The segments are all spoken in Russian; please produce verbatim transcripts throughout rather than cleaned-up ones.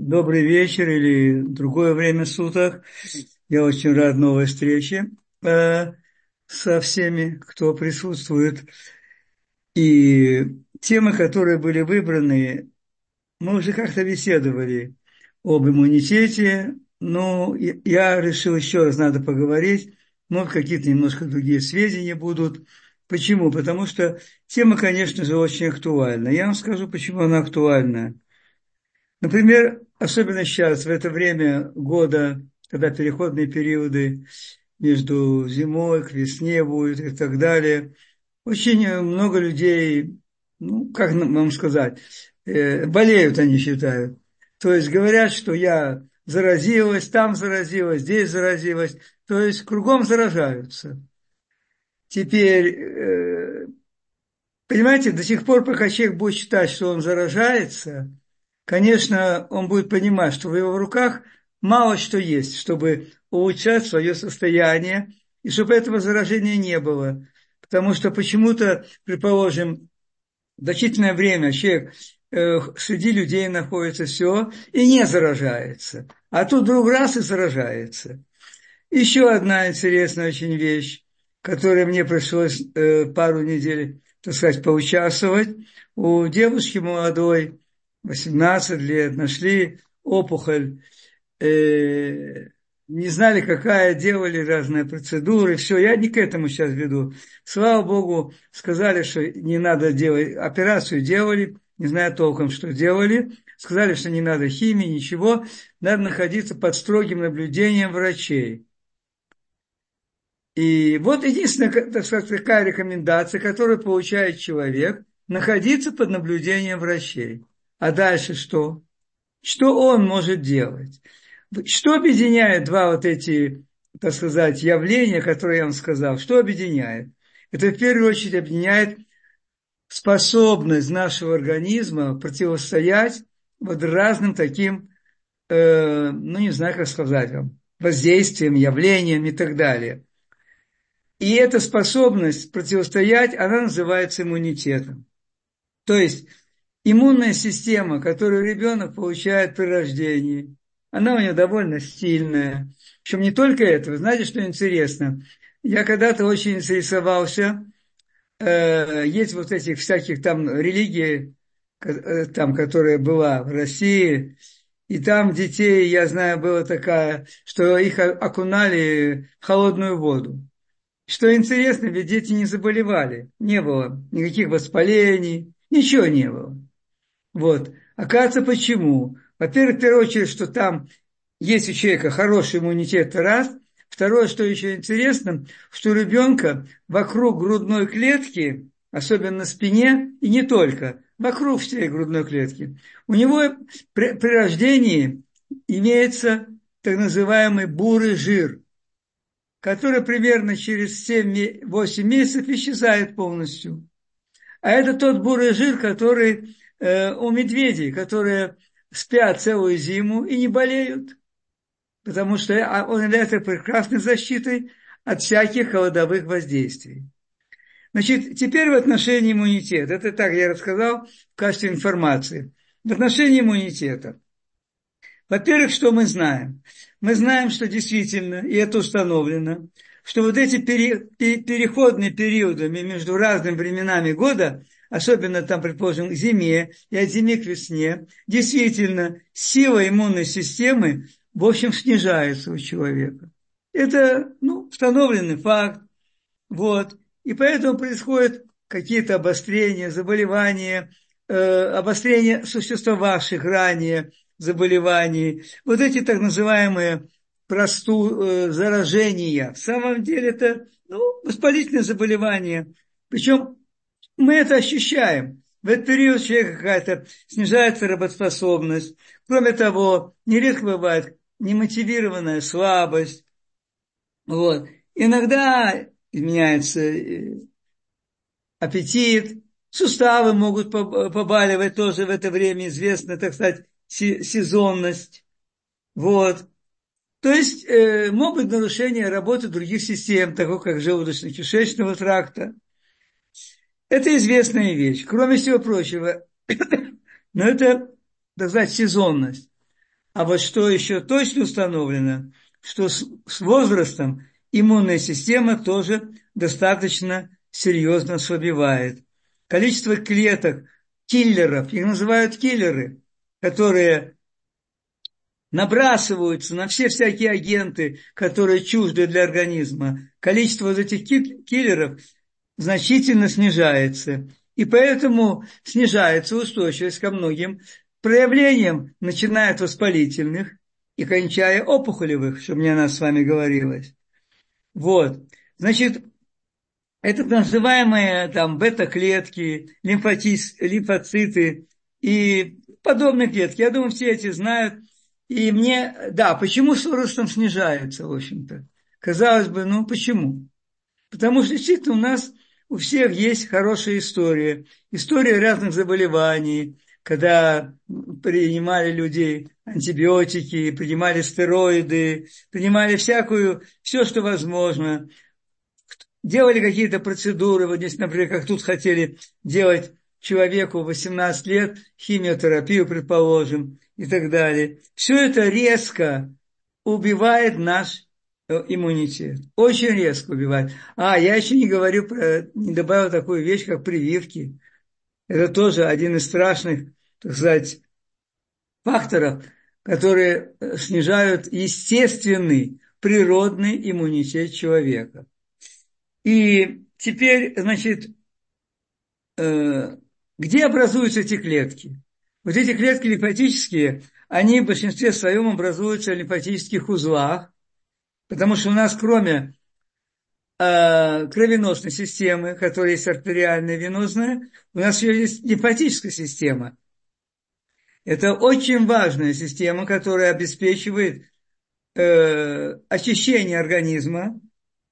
Добрый вечер или другое время суток. Я очень рад новой встрече э, со всеми, кто присутствует. И темы, которые были выбраны, мы уже как-то беседовали об иммунитете, но я решил еще раз надо поговорить, может, какие-то немножко другие сведения будут. Почему? Потому что тема, конечно же, очень актуальна. Я вам скажу, почему она актуальна. Например, особенно сейчас, в это время года, когда переходные периоды между зимой к весне будут и так далее, очень много людей, ну, как вам сказать, э, болеют, они считают. То есть говорят, что я заразилась, там заразилась, здесь заразилась. То есть кругом заражаются. Теперь, э, понимаете, до сих пор, пока человек будет считать, что он заражается, конечно, он будет понимать, что в его руках мало что есть, чтобы улучшать свое состояние, и чтобы этого заражения не было. Потому что почему-то, предположим, значительное время человек э, среди людей находится, все, и не заражается. А тут вдруг раз и заражается. Еще одна интересная очень вещь, которой мне пришлось э, пару недель, так сказать, поучаствовать. У девушки молодой, восемнадцать лет, нашли опухоль, э, не знали, какая, делали разные процедуры, все, я не к этому сейчас веду. Слава Богу, сказали, что не надо делать, операцию делали, не знаю толком, что делали, сказали, что не надо химии, ничего, надо находиться под строгим наблюдением врачей. И вот единственная, так сказать, такая рекомендация, которую получает человек, находиться под наблюдением врачей. А дальше что? Что он может делать? Что объединяет два вот эти, так сказать, явления, которые я вам сказал? Что объединяет? Это в первую очередь объединяет способность нашего организма противостоять вот разным таким, э, ну не знаю, как сказать вам, воздействиям, явлениям и так далее. И эта способность противостоять, она называется иммунитетом. То есть иммунная система, которую ребенок получает при рождении, она у него довольно сильная. Причем не только это. Вы знаете, что интересно? Я когда-то очень интересовался, э, есть вот этих всяких там религий, э, там, которая была в России, и там детей, я знаю, была такая, что их окунали в холодную воду. Что интересно, ведь дети не заболевали, не было никаких воспалений, ничего не было. Вот. Оказывается, почему? Во-первых, в первую очередь, что там есть у человека хороший иммунитет, раз. Второе, что еще интересно, что у ребенка вокруг грудной клетки, особенно на спине, и не только, вокруг всей грудной клетки, у него при, при рождении имеется так называемый бурый жир, который примерно через семь-восемь месяцев исчезает полностью. А это тот бурый жир, который э, у медведей, которые спят целую зиму и не болеют, потому что он является прекрасной защитой от всяких холодовых воздействий. Значит, теперь в отношении иммунитета. Это так я рассказал в качестве информации. В отношении иммунитета. Во-первых, что мы знаем? Мы знаем, что действительно, и это установлено, что вот эти пере, переходные периоды между разными временами года, особенно там, предположим, к зиме и от зимы к весне, действительно сила иммунной системы, в общем, снижается у человека. Это, ну, установленный факт. Вот. И поэтому происходят какие-то обострения, заболевания, э, обострения существовавших ранее заболеваний. Вот эти так называемые просту, э, заражения. В самом деле это, ну, воспалительные заболевания. Причем мы это ощущаем. В этот период у человека какая-то снижается работоспособность. Кроме того, нередко бывает немотивированная слабость. Вот. Иногда изменяется аппетит, суставы могут побаливать тоже в это время, известна, так сказать, сезонность. Вот. То есть э, могут быть нарушения работы других систем, таких как желудочно-кишечного тракта. Это известная вещь. Кроме всего прочего, но это, так сказать, сезонность. А вот что еще точно установлено, что с, с возрастом иммунная система тоже достаточно серьезно ослабевает. Количество клеток, киллеров, их называют киллеры, которые набрасываются на все всякие агенты, которые чужды для организма. Количество вот этих киллеров значительно снижается. И поэтому снижается устойчивость ко многим проявлениям, начиная от воспалительных и кончая опухолевых, что мне о нас с вами говорилось. Вот. Значит, это так называемые там бета-клетки, лимфотис, лимфоциты и подобные клетки. Я думаю, все эти знают. И мне, да, почему с возрастом снижается, в общем-то? Казалось бы, ну почему? Потому что действительно у нас у всех есть хорошая история. История разных заболеваний, когда принимали люди антибиотики, принимали стероиды, принимали всякую, все, что возможно. Делали какие-то процедуры, вот здесь, например, как тут хотели делать человеку восемнадцать лет, химиотерапию, предположим, и так далее. Все это резко убивает наш иммунитет. Очень резко убивает. А, я еще не говорю про, не добавил такую вещь, как прививки. Это тоже один из страшных, так сказать, факторов, которые снижают естественный, природный иммунитет человека. И теперь, значит, где образуются эти клетки? Вот эти клетки лимфатические, они в большинстве своем образуются в лимфатических узлах, потому что у нас кроме э, кровеносной системы, которая есть артериальная и венозная, у нас еще есть лимфатическая система. Это очень важная система, которая обеспечивает э, очищение организма.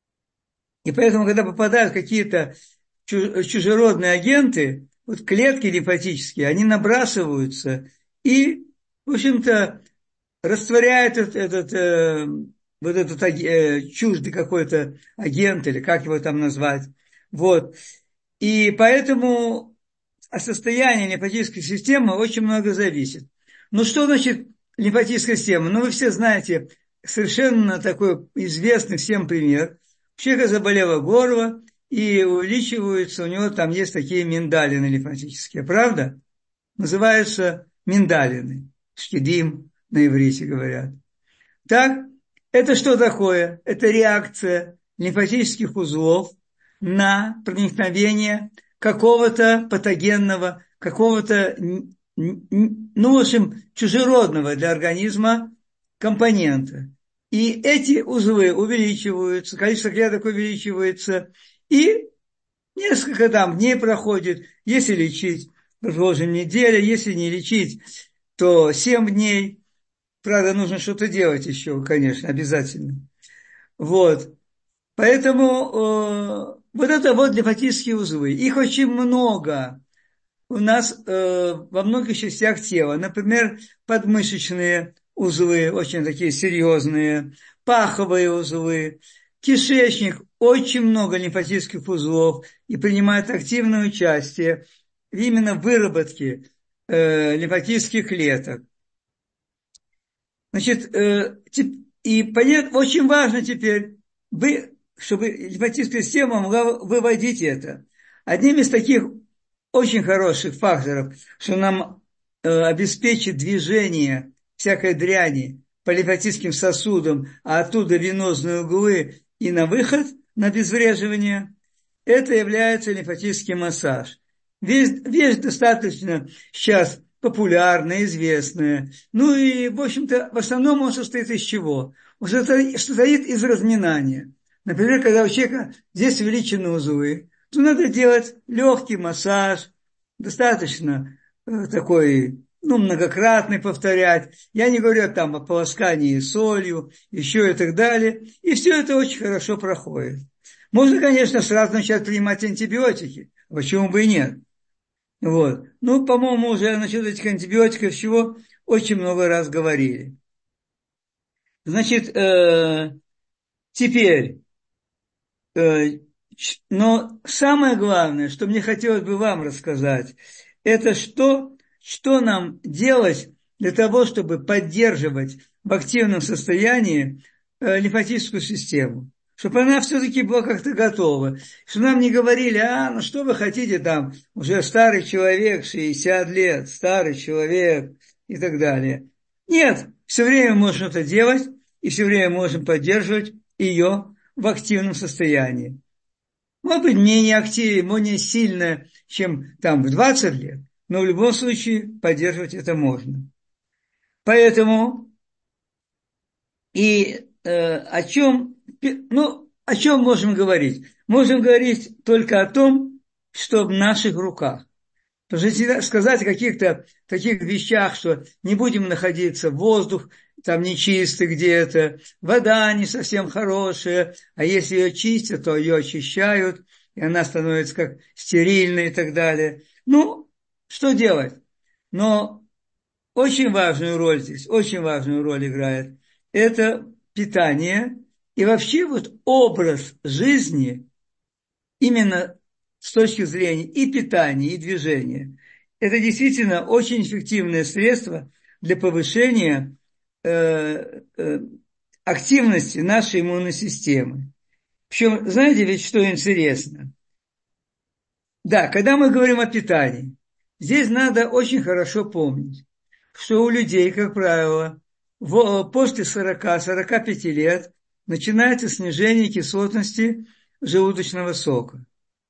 И поэтому, когда попадают какие-то чужеродные агенты, вот клетки лимфатические, они набрасываются и, в общем-то, растворяют этот, этот э, вот этот э, чуждый какой-то агент, или как его там назвать. Вот. И поэтому от состояния лимфатической системы очень много зависит. Ну, что значит лимфатическая система? Ну, вы все знаете, совершенно такой известный всем пример. У человека заболело горло, и увеличиваются, у него там есть такие миндалины лимфатические, правда? Называются миндалины. Шкидим на иврите говорят. Так, это что такое? Это реакция лимфатических узлов на проникновение какого-то патогенного, какого-то, ну, в общем, чужеродного для организма компонента. И эти узлы увеличиваются, количество клеток увеличивается, и несколько там дней проходит, если лечить, предположим, неделя, если не лечить, то семь дней. Правда, нужно что-то делать еще, конечно, обязательно. Вот. Поэтому э, вот это вот лимфатические узлы. Их очень много у нас э, во многих частях тела. Например, подмышечные узлы, очень такие серьезные, паховые узлы, кишечник, очень много лимфатических узлов и принимает активное участие именно в выработке э, лимфатических клеток. Значит, э, и понятно, очень важно теперь, вы, чтобы лимфатическая система могла выводить это. Одним из таких очень хороших факторов, что нам э, обеспечит движение всякой дряни по лимфатическим сосудам, а оттуда венозные углы и на выход, на обезвреживание, это является лимфатический массаж. Вещь, вещь достаточно сейчас популярная, известная. Ну и, в общем-то, в основном он состоит из чего? Он состоит из разминания. Например, когда у человека здесь увеличены узлы, то надо делать легкий массаж, достаточно э, такой, ну, многократный повторять. Я не говорю там о полоскании солью, еще и так далее. И все это очень хорошо проходит. Можно, конечно, сразу начать принимать антибиотики. Почему бы и нет? Вот. Ну, по-моему, уже насчет этих антибиотиков всего очень много раз говорили. Значит, э, теперь, э, но самое главное, что мне хотелось бы вам рассказать, это что, что нам делать для того, чтобы поддерживать в активном состоянии э, лимфатическую систему. Чтобы она все-таки была как-то готова. Чтобы нам не говорили, а, ну что вы хотите там, уже старый человек, шестьдесят лет, старый человек и так далее. Нет, все время можно это делать, и все время можем поддерживать ее в активном состоянии. Может быть, менее активно, менее сильно, чем там в двадцать лет, но в любом случае поддерживать это можно. Поэтому и э, о чем, ну, о чем можем говорить? Можем говорить только о том, что в наших руках. Потому что сказать о каких-то таких вещах, что не будем находиться, воздух там нечистый где-то, вода не совсем хорошая, а если ее чистят, то ее очищают, и она становится как стерильной и так далее. Ну, что делать? Но очень важную роль здесь, очень важную роль играет это питание и вообще вот образ жизни именно с точки зрения и питания, и движения. Это действительно очень эффективное средство для повышения э, э, активности нашей иммунной системы. Причем, знаете, ведь что интересно? Да, когда мы говорим о питании, здесь надо очень хорошо помнить, что у людей, как правило, в, после сорока-сорока пяти лет начинается снижение кислотности желудочного сока.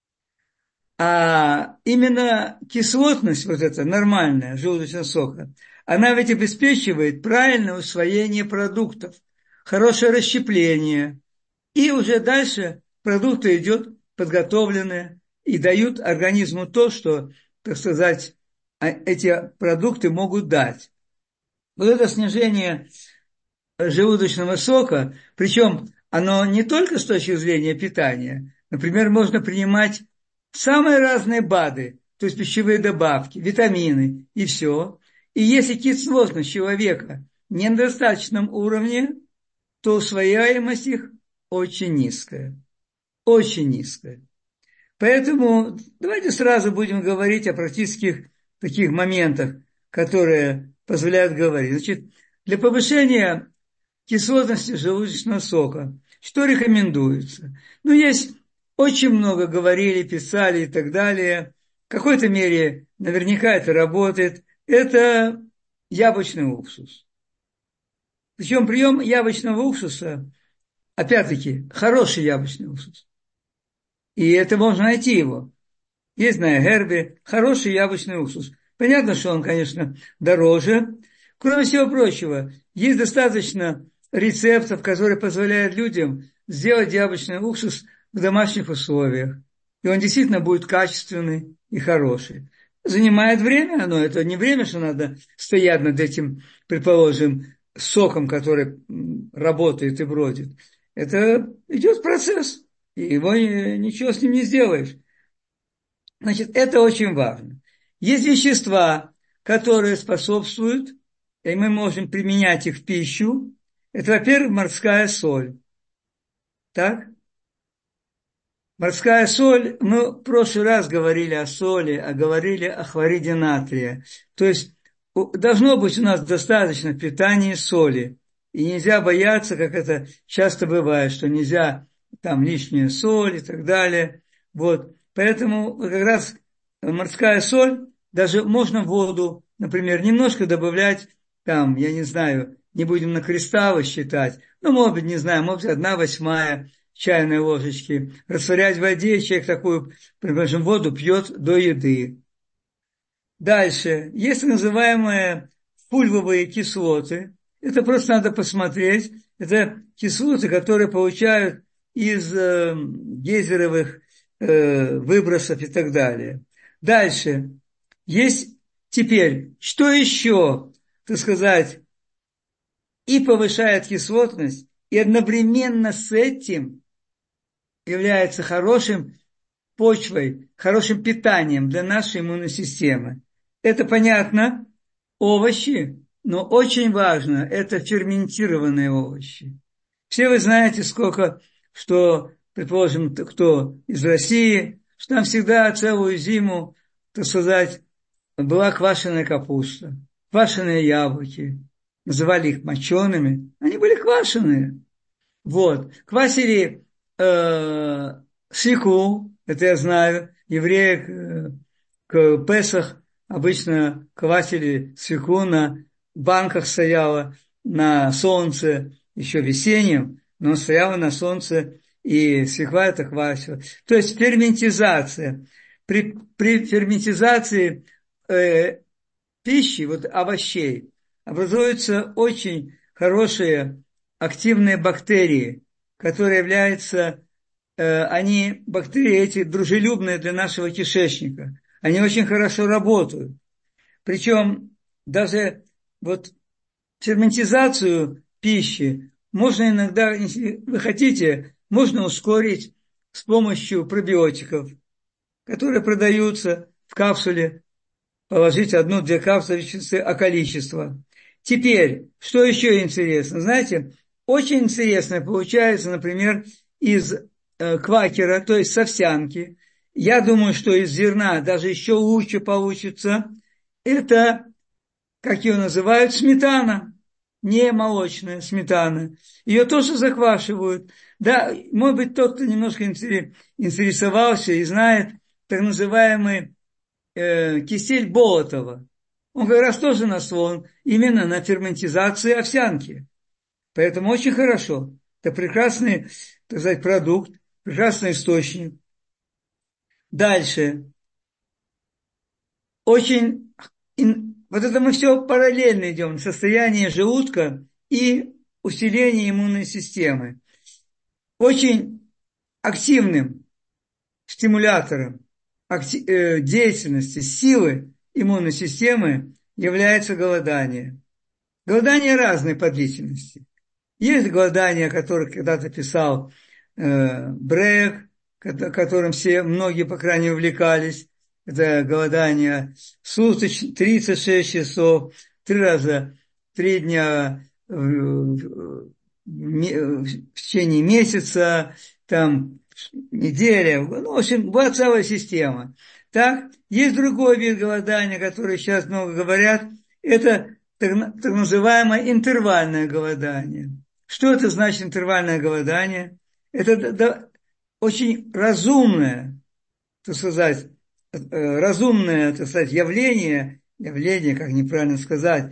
А именно кислотность, вот эта нормальная желудочного сока, она ведь обеспечивает правильное усвоение продуктов, хорошее расщепление. И уже дальше продукты идут подготовленные и дают организму то, что, так сказать, эти продукты могут дать. Вот это снижение желудочного сока, причем оно не только с точки зрения питания, например, можно принимать самые разные БАДы, то есть пищевые добавки, витамины и все. И если кислотность человека не на достаточном уровне, то усвояемость их очень низкая. Очень низкая. Поэтому давайте сразу будем говорить о практических таких моментах, которые позволяют говорить. Значит, для повышения кислотности желудочного сока что рекомендуется? Ну, есть очень много говорили, писали и так далее. В какой-то мере наверняка это работает. Это яблочный уксус. Причем прием яблочного уксуса, опять-таки, хороший яблочный уксус. И это можно найти его. Есть на Гербе хороший яблочный уксус. Понятно, что он, конечно, дороже. Кроме всего прочего, есть достаточно рецептов, которые позволяют людям сделать яблочный уксус в домашних условиях. И он действительно будет качественный и хороший. Занимает время, но это не время, что надо стоять над этим, предположим, соком, который работает и бродит. Это идет процесс, и его ничего с ним не сделаешь. Значит, это очень важно. Есть вещества, которые способствуют, и мы можем применять их в пищу. Это, во-первых, морская соль. Так? Морская соль, мы в прошлый раз говорили о соли, а говорили о хлориде натрия. То есть должно быть у нас достаточно в питании соли. И нельзя бояться, как это часто бывает, что нельзя там лишняя соль и так далее. Вот. Поэтому как раз морская соль, даже можно в воду, например, немножко добавлять, там, я не знаю, не будем на кристаллы считать, ну, может быть, не знаю, может быть, одна восьмая чайной ложечки, растворять в воде, человек такую, предположим, воду пьет до еды. Дальше, есть называемые фульвовые кислоты, это просто надо посмотреть, это кислоты, которые получают из э, гейзеровых э, выбросов и так далее. Дальше, есть теперь, что еще, так сказать, и повышает кислотность, и одновременно с этим является хорошим почвой, хорошим питанием для нашей иммунной системы. Это понятно, овощи, но очень важно, это ферментированные овощи. Все вы знаете, сколько, что, предположим, кто из России, что там всегда целую зиму, так сказать, была квашеная капуста. квашеные яблоки, называли их мочеными, они были квашеные. Вот. Квасили э, свеклу, это я знаю, евреи к, к Песах обычно квасили свеклу, на банках стояла на солнце, еще весеннем, но стояла на солнце, и свекла это квасила. То есть ферментизация. При, при ферментизации э, пищи, вот овощей, образуются очень хорошие активные бактерии, которые являются, э, они, бактерии эти дружелюбные для нашего кишечника. Они очень хорошо работают. Причем даже вот ферментизацию пищи можно иногда, если вы хотите, можно ускорить с помощью пробиотиков, которые продаются в капсуле, положить одну-две капсулы, а количество. Теперь, что еще интересно? Знаете, очень интересно получается, например, из э, квакера, то есть с овсянки. Я думаю, что из зерна даже еще лучше получится. Это, как ее называют, сметана. Не молочная сметана. Ее тоже заквашивают. Да, может быть, тот, кто немножко интересовался и знает так называемый кисель Болотова. Он как раз тоже наслоен именно на ферментизации овсянки. Поэтому очень хорошо. Это прекрасный, так сказать, продукт, прекрасный источник. Дальше. Очень, вот это мы все параллельно идем. Состояние желудка и усиление иммунной системы. Очень активным стимулятором деятельности, силы иммунной системы является голодание. Голодание разное по длительности. Есть голодание, о которых когда-то писал э, Брех, которым все, многие, по крайней мере, увлекались. Это голодание суточное, тридцать шесть часов, три раза, три дня в, в, в течение месяца, там, неделя, ну, в общем, была целая система. Так, есть другой вид голодания, который сейчас много говорят, это так, так называемое интервальное голодание. Что это значит интервальное голодание? Это да, да, очень разумное, так сказать, разумное, так сказать, явление, явление, как неправильно сказать,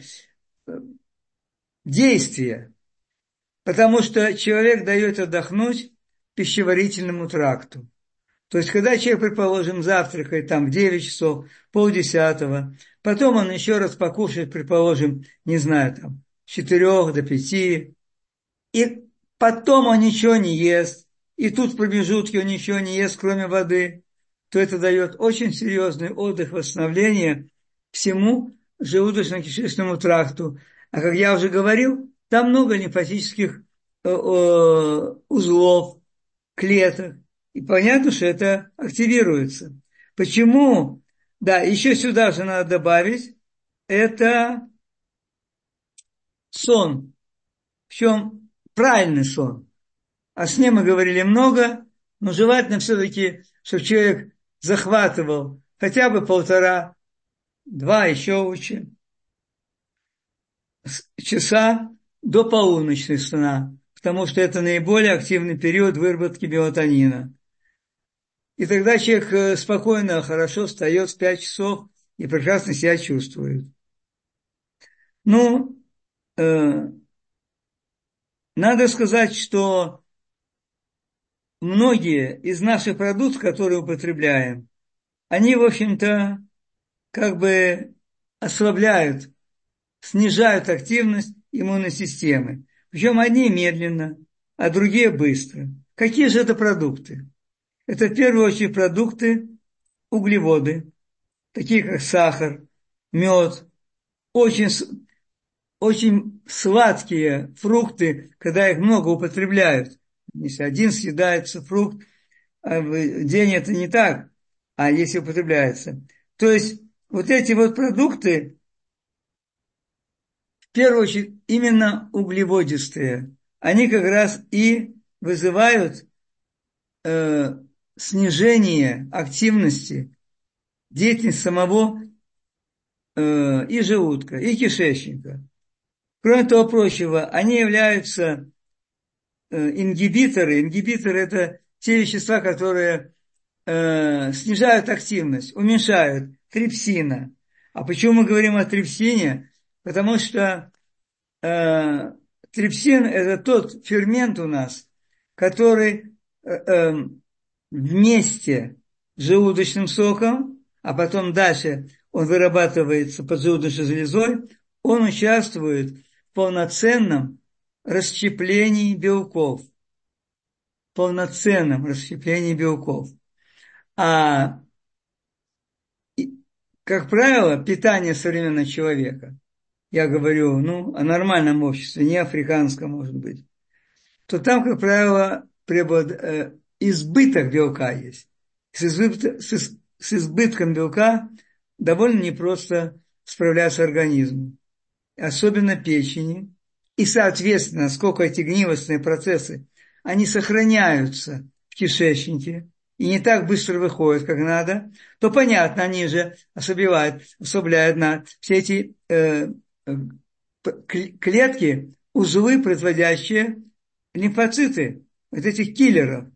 действие. Потому что человек дает отдохнуть пищеварительному тракту. То есть, когда человек, предположим, завтракает там в девять часов, полдесятого, потом он еще раз покушает, предположим, не знаю, там, с четырех до пяти, и потом он ничего не ест, и тут в промежутке он ничего не ест, кроме воды, то это дает очень серьезный отдых, восстановление всему желудочно-кишечному тракту. А как я уже говорил, там много лимфатических э, э, узлов, клеток. И понятно, что это активируется. Почему? Да, еще сюда же надо добавить, это сон. Причем правильный сон. О сне мы говорили много, но желательно все-таки, чтобы человек захватывал хотя бы полтора, два, еще лучше, часа до полуночной сна, потому что это наиболее активный период выработки мелатонина. И тогда человек спокойно, хорошо встает в пять часов и прекрасно себя чувствует. Ну, э, надо сказать, что многие из наших продуктов, которые употребляем, они, в общем-то, как бы ослабляют, снижают активность иммунной системы. Причем одни медленно, а другие быстро. Какие же это продукты? Это в первую очередь продукты, углеводы, такие как сахар, мед, очень, очень сладкие фрукты, когда их много употребляют. Если один съедается фрукт, а в день это не так, а если употребляется. То есть вот эти вот продукты, в первую очередь, именно углеводистые, они как раз и вызывают э, снижение активности, деятельности самого э, и желудка, и кишечника. Кроме того прочего, они являются э, ингибиторы. Ингибиторы – это те вещества, которые э, снижают активность, уменьшают трипсина. А почему мы говорим о трипсине? Потому что э, трипсин – это тот фермент у нас, который э, э, вместе с желудочным соком, а потом дальше он вырабатывается поджелудочной железой, он участвует в полноценном расщеплении белков. Полноценном расщеплении белков. А, как правило, питание современного человека, я говорю, ну, о нормальном обществе, не африканском, может быть, то там, как правило, преблад... э, избыток белка есть. С, избыт... с, из... с избытком белка довольно непросто справляться организму, особенно печени. И, соответственно, сколько эти гнилостные процессы, они сохраняются в кишечнике и не так быстро выходят, как надо, то понятно, они же ослабевают, ослабляют на все эти э, клетки, узлы, производящие лимфоциты, вот этих киллеров.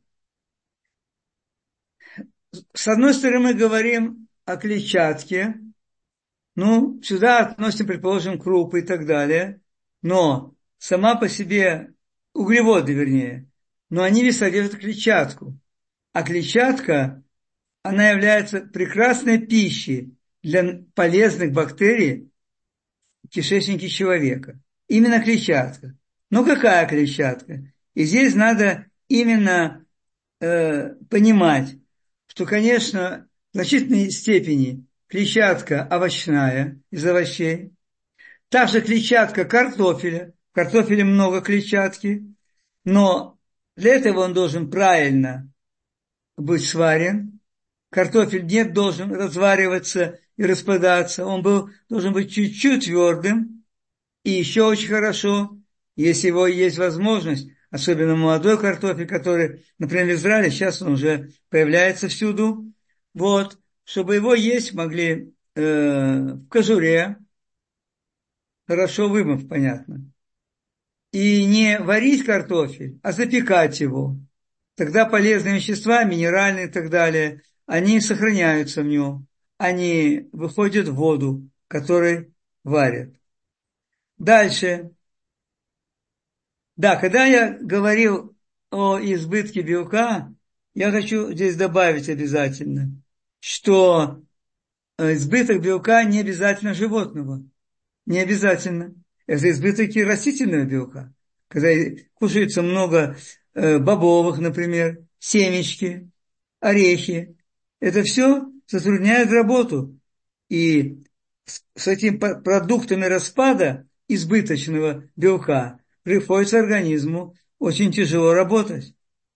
С одной стороны, мы говорим о клетчатке, ну, сюда относим, предположим, крупы и так далее, но сама по себе, углеводы, вернее, но они ведь содержат клетчатку. А клетчатка, она является прекрасной пищей для полезных бактерий в кишечнике человека. Именно клетчатка. Но какая клетчатка? И здесь надо именно э, понимать, что, конечно, в значительной степени клетчатка овощная из овощей, также клетчатка картофеля, в картофеле много клетчатки, но для этого он должен правильно быть сварен, картофель не должен развариваться и распадаться, он был, должен быть чуть-чуть твердым, и еще очень хорошо, если его есть возможность, особенно молодой картофель, который, например, в Израиле, сейчас он уже появляется всюду, вот, чтобы его есть могли э, в кожуре, хорошо вымыв, понятно, и не варить картофель, а запекать его. Тогда полезные вещества, минеральные и так далее, они сохраняются в нем, они выходят в воду, которой варят. Дальше. Да, когда я говорил о избытке белка, я хочу здесь добавить обязательно, что избыток белка не обязательно животного, не обязательно. Это избыток и растительного белка. Когда кушается много бобовых, например, семечки, орехи, это все затрудняет работу. И с этими продуктами распада избыточного белка приходится организму очень тяжело работать.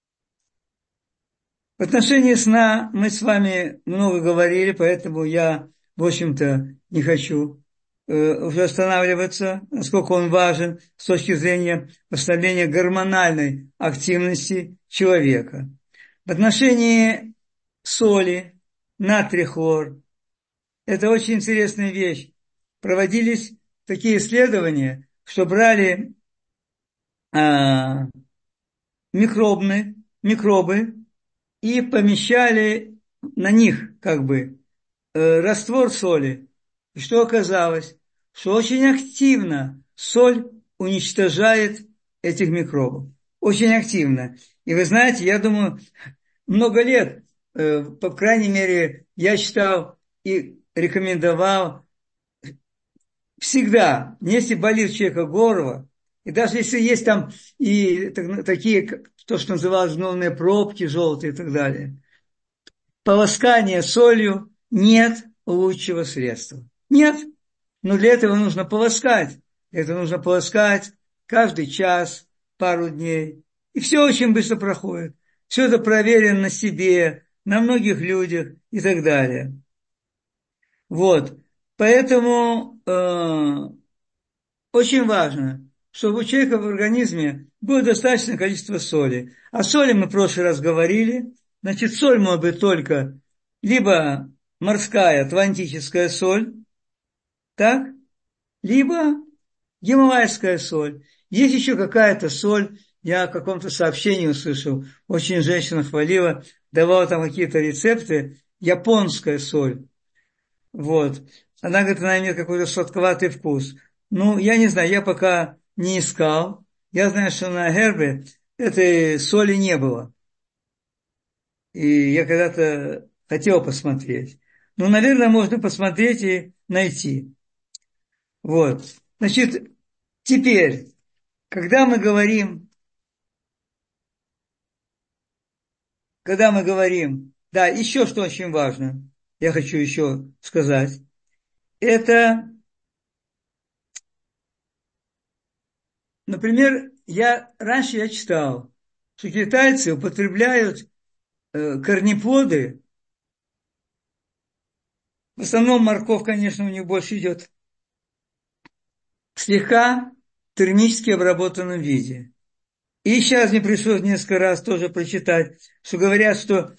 В отношении сна мы с вами много говорили, поэтому я, в общем-то, не хочу э, уже останавливаться, насколько он важен с точки зрения восстановления гормональной активности человека. В отношении соли, натрий хлор, это очень интересная вещь. Проводились такие исследования, что брали а, микробные, микробы и помещали на них как бы э, раствор соли. И что оказалось? Что очень активно соль уничтожает этих микробов. Очень активно. И вы знаете, я думаю, много лет, э, по крайней мере, я считал и рекомендовал всегда, если болит у человека горло, и даже если есть там и такие, то, что называлось гнойные пробки желтые и так далее, полоскание солью нет лучшего средства. Нет. Но для этого нужно полоскать. Это нужно полоскать каждый час, пару дней. И все очень быстро проходит. Все это проверено на себе, на многих людях и так далее. Вот. Поэтому э, очень важно, чтобы у человека в организме было достаточное количество соли. О соли мы в прошлый раз говорили. Значит, соль может быть только либо морская, атлантическая соль, так? Либо гималайская соль. Есть еще какая-то соль, я в каком-то сообщении услышал, очень женщина хвалила, давала там какие-то рецепты, японская соль. Вот. Она говорит, она имеет какой-то сладковатый вкус. Ну, я не знаю, я пока не искал. Я знаю, что на гербе этой соли не было. И я когда-то хотел посмотреть. Ну, наверное, можно посмотреть и найти. Вот. Значит, теперь, когда мы говорим, когда мы говорим, да, еще что очень важно, я хочу еще сказать, это, например, я, раньше я читал, что китайцы употребляют э, корнеплоды, в основном морковь, конечно, у них больше идет, в слегка термически обработанном виде. И сейчас мне пришлось несколько раз тоже прочитать, что говорят, что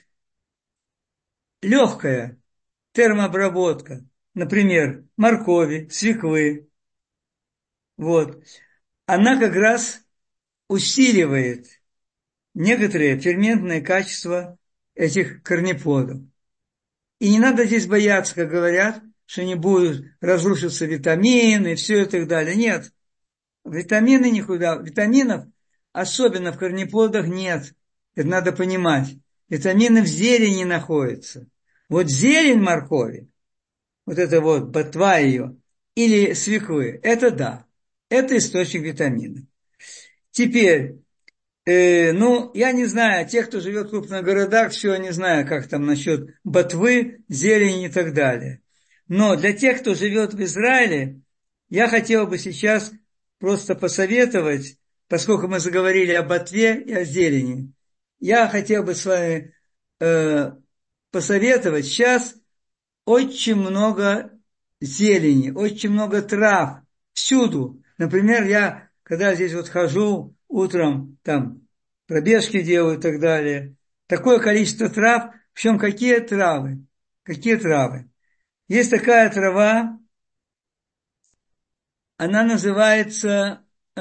легкая термообработка, например, моркови, свеклы, вот, она как раз усиливает некоторые ферментные качества этих корнеплодов. И не надо здесь бояться, как говорят, что не будут разрушиться витамины, все это и так далее. Нет, витамины никуда, витаминов, особенно в корнеплодах, нет. Это надо понимать. Витамины в зелени находятся. Вот зелень моркови, вот это вот ботва ее, или свеклы, это да, это источник витаминов. Теперь, э, ну, я не знаю, те, кто живет в крупных городах, все, не знаю, как там насчет ботвы, зелени и так далее. Но для тех, кто живет в Израиле, я хотел бы сейчас просто посоветовать, поскольку мы заговорили о ботве и о зелени, я хотел бы с вами э, посоветовать сейчас очень много зелени, очень много трав, всюду. Например, я, когда здесь вот хожу утром, там, пробежки делаю и так далее, такое количество трав, причем какие травы? Какие травы? Есть такая трава, она называется, э,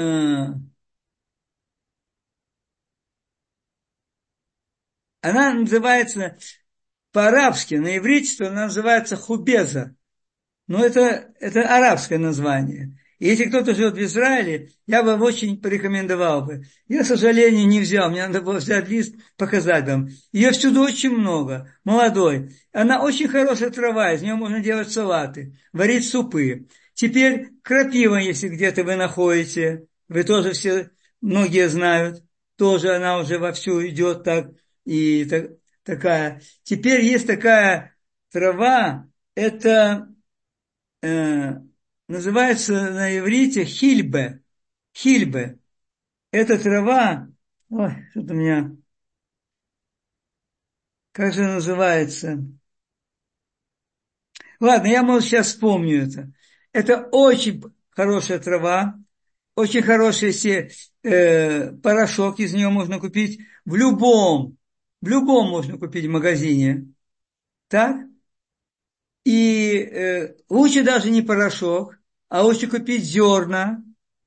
она называется по-арабски, на иврите она называется хубеза. Но это, это арабское название. И если кто-то живет в Израиле, я бы очень порекомендовал бы. Я, к сожалению, не взял. Мне надо было взять лист, показать вам. Ее всюду очень много. Молодой. Она очень хорошая трава. Из нее можно делать салаты, варить супы. Теперь крапива, если где-то вы находите. Вы тоже все, многие знают. Тоже она уже вовсю идет так. И так, такая. Теперь есть такая трава. Это... Э, называется на иврите хильбе. Хильбе. Это трава, ой, что-то у меня, как же называется? Ладно, я, может, сейчас вспомню это. Это очень хорошая трава, очень хороший все, э, порошок из нее можно купить в любом, в любом можно купить в магазине. Так? И э, лучше даже не порошок, а лучше купить зерна.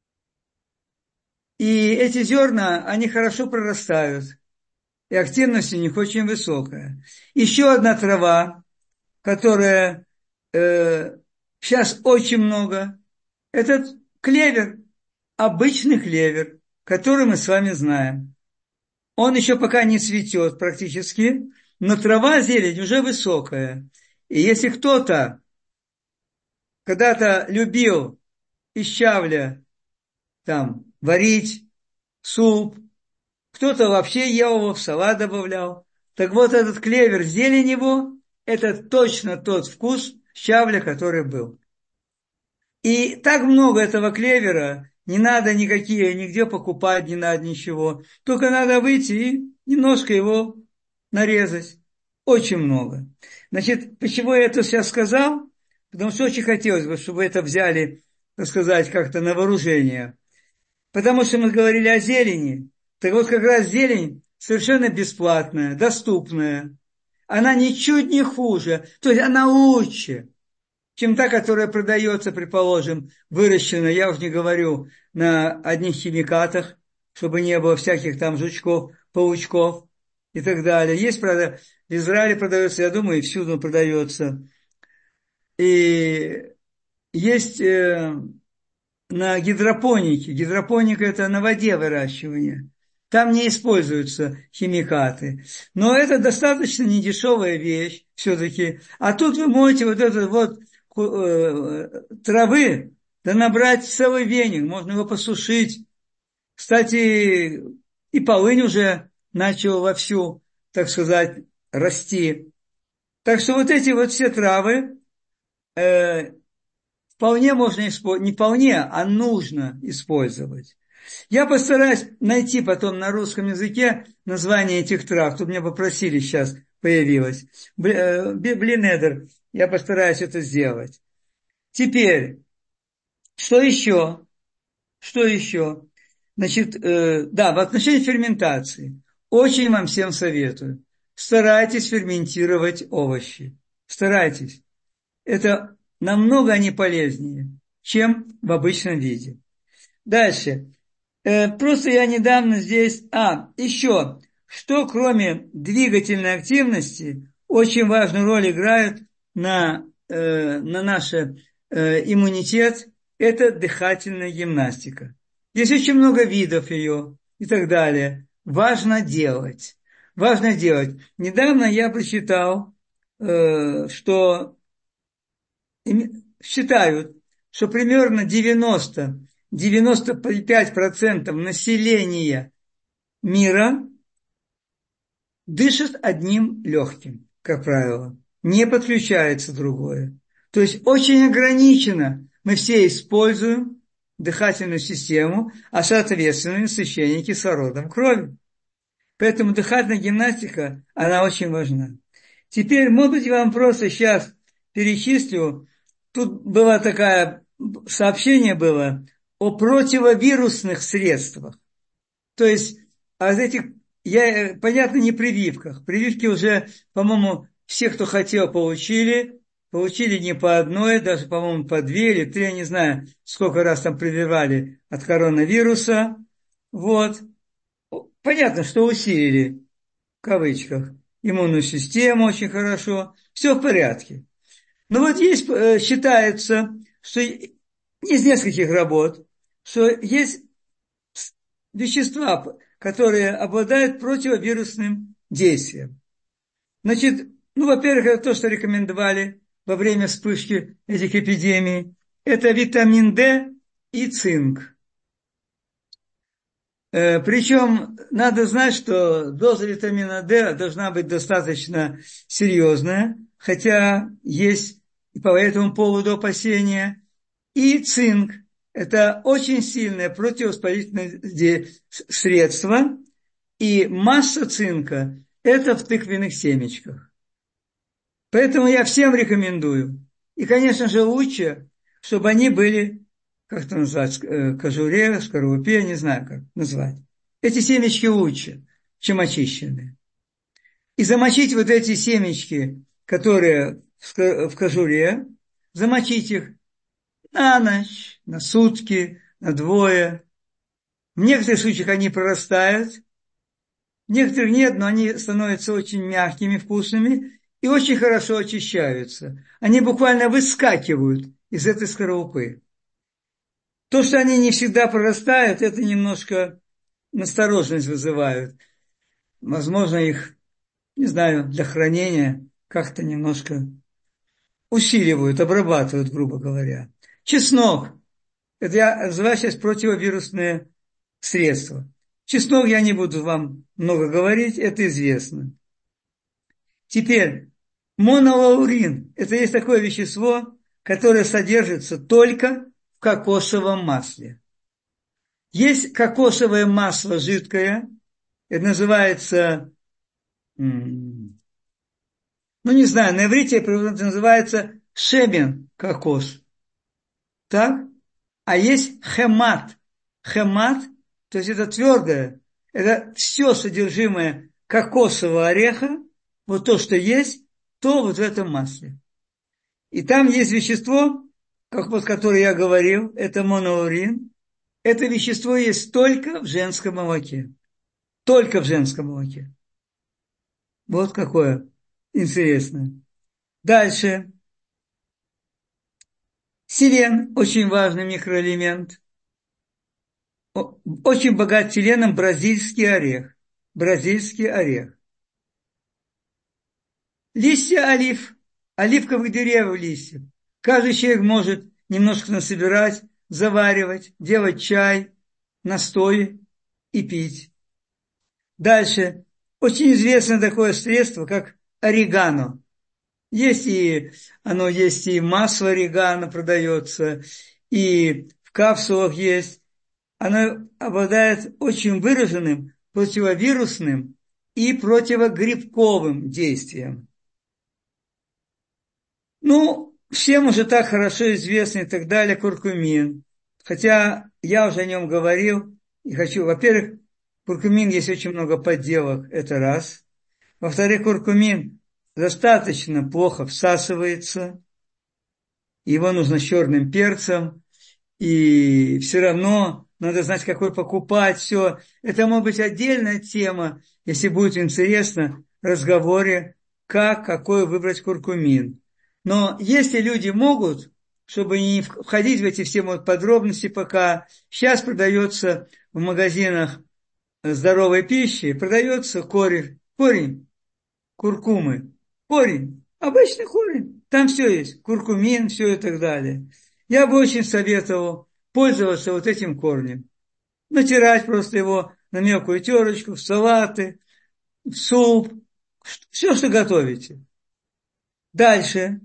И эти зерна, они хорошо прорастают. И активность у них очень высокая. Еще одна трава, которая э, сейчас очень много, это клевер, обычный клевер, который мы с вами знаем. Он еще пока не цветет практически, но трава, зелень уже высокая. И если кто-то когда-то любил из щавля там варить суп, кто-то вообще ел его, в салат добавлял. Так вот этот клевер, зелень его, это точно тот вкус щавля, который был. И так много этого клевера, не надо никакие, нигде покупать, не надо ничего. Только надо выйти и немножко его нарезать. Очень много. Значит, почему я это сейчас сказал? Потому что очень хотелось бы, чтобы это взяли, так сказать, как-то на вооружение. Потому что мы говорили о зелени. Так вот, как раз зелень совершенно бесплатная, доступная. Она ничуть не хуже. То есть она лучше. чем та, которая продается, предположим, выращена, я уже не говорю, на одних химикатах, чтобы не было всяких там жучков, паучков и так далее. Есть, правда, в Израиле продается, я думаю, и всюду продается. И есть э, на гидропонике. Гидропоника – это на воде выращивание. Там не используются химикаты. Но это достаточно недешевая вещь все-таки. А тут вы можете вот этот вот э, травы, да набрать целый веник, можно его посушить. Кстати, и полынь уже начала вовсю, так сказать, расти. Так что вот эти вот все травы э, вполне можно использовать, не вполне, а нужно использовать. Я постараюсь найти потом на русском языке название этих трав. Тут меня попросили, сейчас появилось. Блинедер. Я постараюсь это сделать. Теперь, что еще? Что еще? Значит, э, да, в отношении ферментации. Очень вам всем советую. Старайтесь ферментировать овощи. Старайтесь. Это намного они полезнее, чем в обычном виде. Дальше. Э, просто я недавно здесь... А, еще. Что кроме двигательной активности очень важную роль играет на, э, на наш э, иммунитет, это дыхательная гимнастика. Есть очень много видов ее и так далее. Важно делать. Важно делать. Недавно я прочитал, э, что считают, что примерно девяносто девяносто пять процентов населения мира дышит одним легким, как правило. Не подключается другое. То есть очень ограничено мы все используем дыхательную систему, а соответственно насыщение кислородом крови. Поэтому дыхательная гимнастика, она очень важна. Теперь, может быть, я вам просто сейчас перечислю. Тут было такое сообщение было о противовирусных средствах. То есть, о этих, я, понятно, не прививках. Прививки уже, по-моему, все, кто хотел, получили. Получили не по одной, даже, по-моему, по две или три, я не знаю, сколько раз там прививали от коронавируса. Вот. Понятно, что усилили, в кавычках, иммунную систему очень хорошо. Все в порядке. Но вот есть, считается, что из нескольких работ, что есть вещества, которые обладают противовирусным действием. Значит, ну, во-первых, это то, что рекомендовали во время вспышки этих эпидемий. Это витамин D и цинк. Э, причем надо знать, что доза витамина D должна быть достаточно серьезная, хотя есть и по этому поводу опасения. И цинк – это очень сильное противовоспалительное средство, и масса цинка – это в тыквенных семечках. Поэтому я всем рекомендую. И, конечно же, лучше, чтобы они были, как это назвать, кожуре, скорлупе, не знаю, как назвать. Эти семечки лучше, чем очищенные. И замочить вот эти семечки, которые в кожуре, замочить их на ночь, на сутки, на двое. В некоторых случаях они прорастают, в некоторых нет, но они становятся очень мягкими, вкусными и очень хорошо очищаются. Они буквально выскакивают из этой скорлупы. То, что они не всегда прорастают, это немножко настороженность вызывают. Возможно, их, не знаю, для хранения как-то немножко усиливают, обрабатывают, грубо говоря. Чеснок. Это я называю сейчас противовирусные средства. Чеснок я не буду вам много говорить, это известно. Теперь, монолаурин. Это есть такое вещество, которое содержится только в кокосовом масле. Есть кокосовое масло жидкое, это называется, ну не знаю, на иврите это называется шемен кокос. Так? А есть хемат. Хемат, то есть это твердое, это все содержимое кокосового ореха, вот то, что есть, то вот в этом масле. И там есть вещество, как вот, которое я говорил, это моноурин. Это вещество есть только в женском молоке. Только в женском молоке. Вот какое интересное. Дальше. Селен – очень важный микроэлемент. Очень богат селеном бразильский орех. Бразильский орех. Листья олив. Оливковых деревьев листьев. Каждый человек может немножко насобирать, заваривать, делать чай, настой и пить. Дальше. Очень известно такое средство, как орегано. Есть и, оно есть и масло орегано продается, и в капсулах есть. Оно обладает очень выраженным противовирусным и противогрибковым действием. Ну, всем уже так хорошо известно и так далее куркумин. Хотя я уже о нем говорил и хочу, во-первых, куркумин есть очень много подделок, это раз. Во-вторых, куркумин достаточно плохо всасывается, его нужно с черным перцем, и все равно надо знать, какой покупать, все. Это может быть отдельная тема, если будет интересно в разговоре, как, какой выбрать куркумин. Но если люди могут, чтобы не входить в эти все подробности пока, сейчас продается в магазинах здоровой пищи, продается корень, корень куркумы, корень, обычный корень, там все есть, куркумин, все и так далее. Я бы очень советовал пользоваться вот этим корнем. Натирать просто его на мелкую терочку, в салаты, в суп, все, что готовите. Дальше.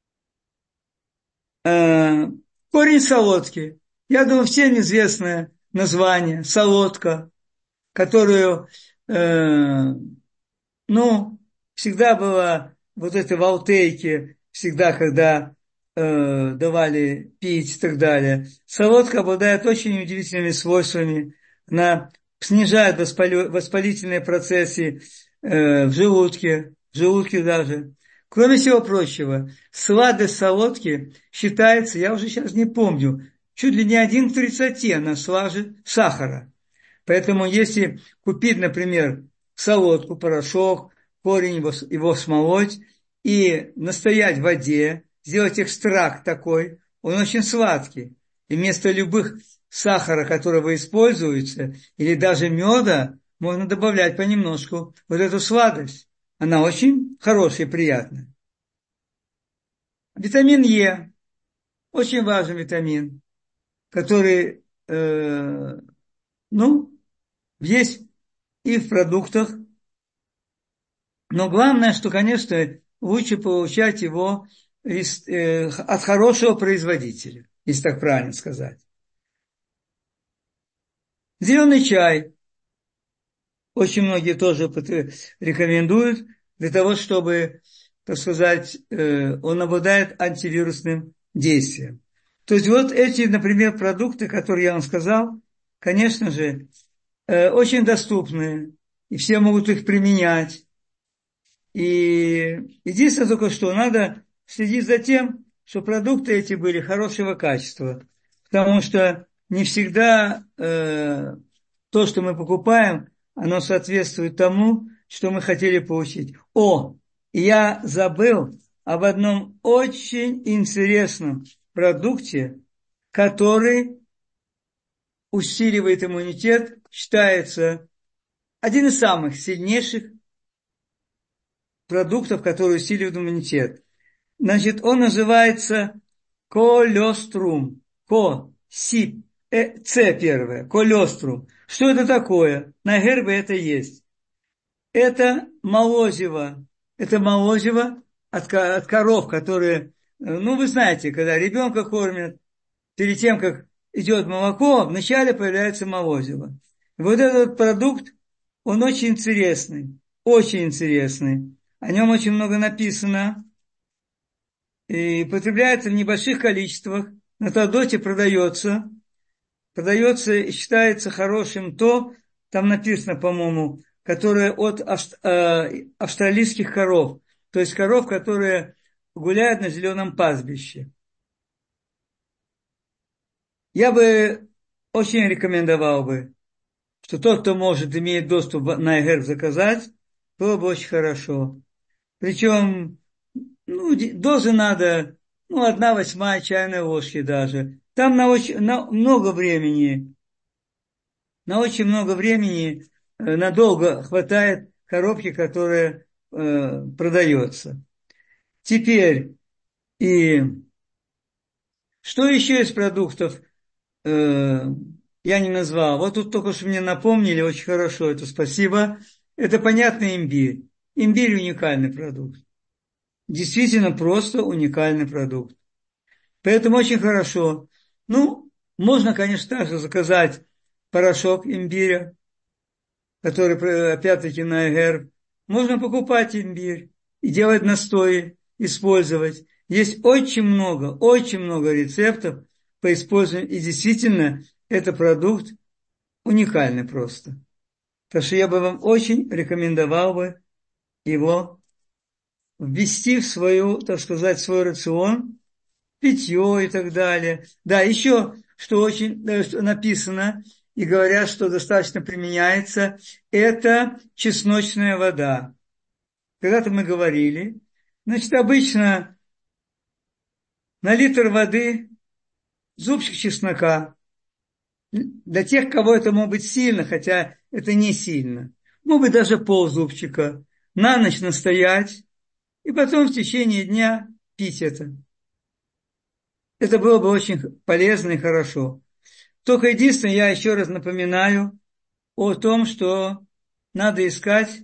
Э, корень солодки. Я думаю, всем известное название, солодка, которую, э, ну, всегда была вот это в алтейке, всегда, когда э, давали пить и так далее. Солодка обладает очень удивительными свойствами. Она снижает воспали, воспалительные процессы э, в желудке, в желудке даже. Кроме всего прочего, сладость солодки считается, я уже сейчас не помню, чуть ли не один к тридцати она слаже сахара. Поэтому если купить, например, солодку, порошок, корень его, его смолоть и настоять в воде, сделать экстракт такой, он очень сладкий. И вместо любых сахара, которого используется, или даже меда, можно добавлять понемножку вот эту сладость. Она очень хорошая и приятная. Витамин Е. Очень важный витамин, который, э, ну, есть и в продуктах. Но главное, что, конечно, лучше получать его из, э, от хорошего производителя, если так правильно сказать. Зеленый чай. Очень многие тоже рекомендуют для того, чтобы, так сказать, э, он обладает антивирусным действием. То есть вот эти, например, продукты, которые я вам сказал, конечно же, э, очень доступны, и все могут их применять. И единственное только что, надо следить за тем, что продукты эти были хорошего качества. Потому что не всегда э, то, что мы покупаем, оно соответствует тому, что мы хотели получить. О, я забыл об одном очень интересном продукте, который усиливает иммунитет, считается один из самых сильнейших продуктов, которые усиливают иммунитет. Значит, он называется колеструм. Ко, си, э, С первое, колеструм. Что это такое? На гербе это есть. Это молозиво. Это молозиво от, от коров, которые, ну, вы знаете, когда ребенка кормят, перед тем, как идет молоко, вначале появляется молозиво. И вот этот продукт, он очень интересный, очень интересный. О нем очень много написано. И потребляется в небольших количествах. На Тадоте продается. Продается и считается хорошим то, там написано, по-моему, которое от австралийских коров. То есть коров, которые гуляет на зеленом пастбище. Я бы очень рекомендовал бы, что тот, кто может, имеет доступ на эгэр заказать, было бы очень хорошо. Причем, ну, дозы надо, ну, одна восьмая чайной ложки даже. Там на, очень, на много времени, на очень много времени, э, надолго хватает коробки, которая э, продается. Теперь, и что еще из продуктов э, я не назвал? Вот тут только что мне напомнили, очень хорошо, это спасибо. Это понятный имбирь. Имбирь уникальный продукт. Действительно просто уникальный продукт. Поэтому очень хорошо. Ну, можно, конечно, также заказать порошок имбиря, который, опять-таки, на эгэр. Можно покупать имбирь и делать настои, использовать. Есть очень много, очень много рецептов по использованию. И действительно, это продукт уникальный просто. Так что я бы вам очень рекомендовал бы его ввести в свою, так сказать, свой рацион, питье и так далее. Да, еще, что очень что написано, и говорят, что достаточно применяется, это чесночная вода. Когда-то мы говорили, значит, обычно на литр воды зубчик чеснока. Для тех, кого это может быть сильно, хотя это не сильно. Может быть, даже ползубчика. На ночь настоять, и потом в течение дня пить это. Это было бы очень полезно и хорошо. Только единственное, я еще раз напоминаю о том, что надо искать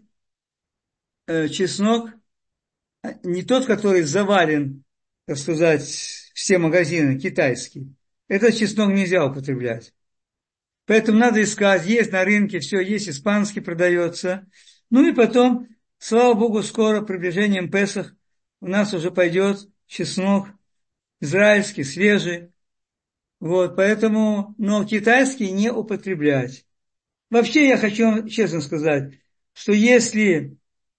э, чеснок, не тот, который заварен, так сказать, все магазины, китайский. Этот чеснок нельзя употреблять. Поэтому надо искать, есть на рынке, все есть, испанский продается. Ну и потом, слава Богу, скоро, приближением Песах, у нас уже пойдет чеснок израильский, свежий. Вот, поэтому, но китайский не употреблять. Вообще я хочу вам честно сказать, что если,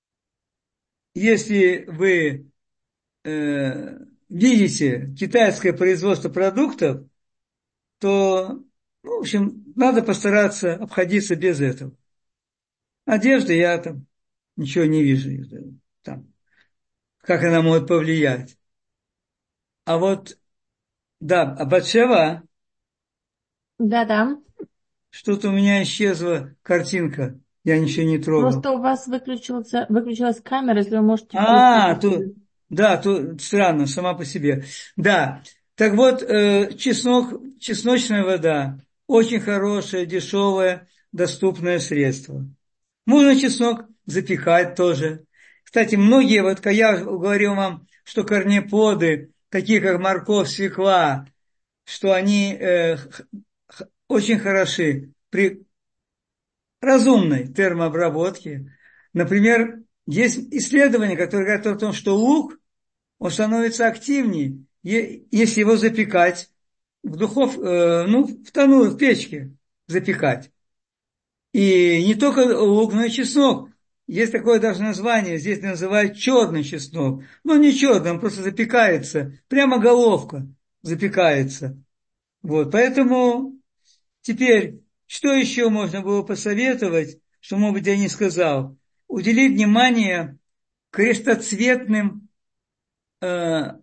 если вы э, видите китайское производство продуктов, то, ну, в общем, надо постараться обходиться без этого. Одежда я там ничего не вижу, там, как она может повлиять. А вот, да, а Батшева, Да-да. что-то у меня исчезла картинка, я ничего не трогал. Просто у вас выключилась, выключилась камера, если вы можете включить А, то, еще. да, то странно, сама по себе. Да, так вот, э, чеснок, чесночная вода, очень хорошее, дешевое, доступное средство. Можно чеснок запекать тоже. Кстати, многие, вот как я говорил вам, что корнеплоды, такие как морковь, свекла, что они э, х- х- очень хороши при разумной термообработке. Например, есть исследования, которые говорят о том, что лук, он становится активнее, е- если его запекать в духов, э, ну, в танур, в печке запекать. И не только лук, но и чеснок. Есть такое даже название, здесь называют черный чеснок. Но не черный, он просто запекается, прямо головка запекается. Вот, поэтому теперь, что еще можно было посоветовать, что, может быть, я не сказал? Уделить внимание крестоцветным э,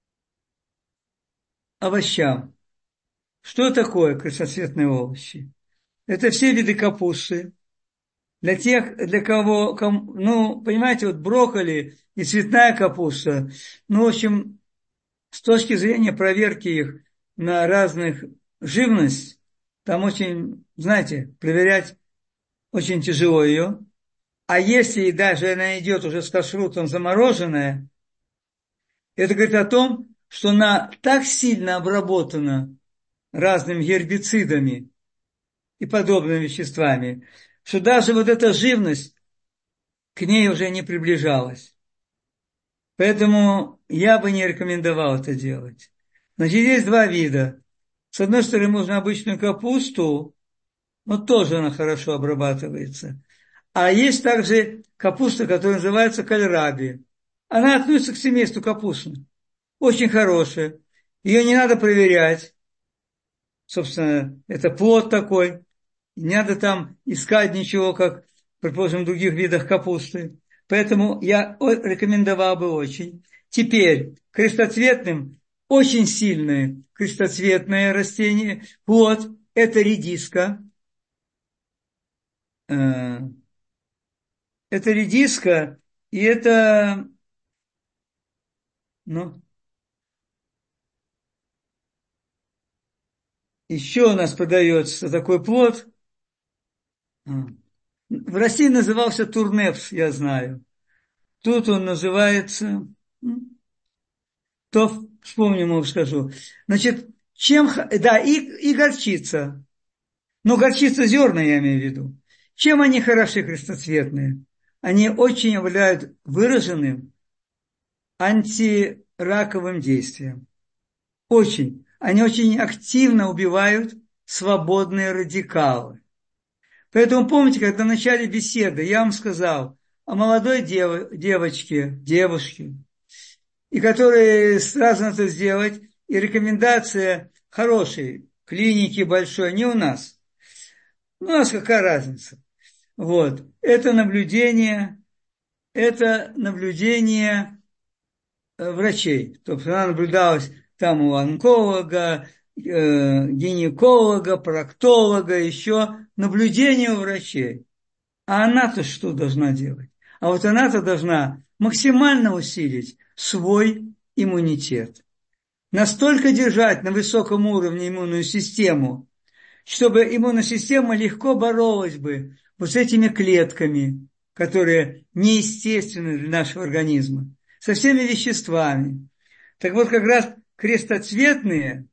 овощам. Что такое крестоцветные овощи? Это все виды капусты. Для тех, для кого, ком, ну, понимаете, вот брокколи и цветная капуста, ну, в общем, с точки зрения проверки их на разных живность, там очень, знаете, проверять очень тяжело ее. А если даже она идет уже с кашрутом замороженная, это говорит о том, что она так сильно обработана разными гербицидами и подобными веществами, что даже вот эта живность к ней уже не приближалась. Поэтому я бы не рекомендовал это делать. Значит, есть два вида. С одной стороны, можно обычную капусту, но тоже она хорошо обрабатывается. А есть также капуста, которая называется кальраби. Она относится к семейству капустных. Очень хорошая. Ее не надо проверять. Собственно, это плод такой. Не надо там искать ничего, как, предположим, в других видах капусты. Поэтому я рекомендовал бы очень. Теперь крестоцветным, очень сильное крестоцветное растение, плод, это редиска. Это редиска, и это, ну, еще у нас продается такой плод. В России назывался турнепс, я знаю. Тут он называется, то вспомню, ему скажу. Значит, чем, да, и, и горчица. Но горчица зерна, я имею в виду. Чем они хороши, крестоцветные? Они очень обладают выраженным антираковым действием. Очень. Они очень активно убивают свободные радикалы. Поэтому помните, когда в начале беседы я вам сказал о молодой дев, девочке, девушке, и которой сразу надо сделать, и рекомендация хорошей клиники большой, не у нас. У нас какая разница? Вот. Это наблюдение, это наблюдение врачей. То есть она наблюдалась там у онколога, э, гинеколога, проктолога, еще наблюдение у врачей. А она-то что должна делать? А вот она-то должна максимально усилить свой иммунитет. Настолько держать на высоком уровне иммунную систему, чтобы иммунная система легко боролась бы вот с этими клетками, которые неестественны для нашего организма, со всеми веществами. Так вот, как раз крестоцветные,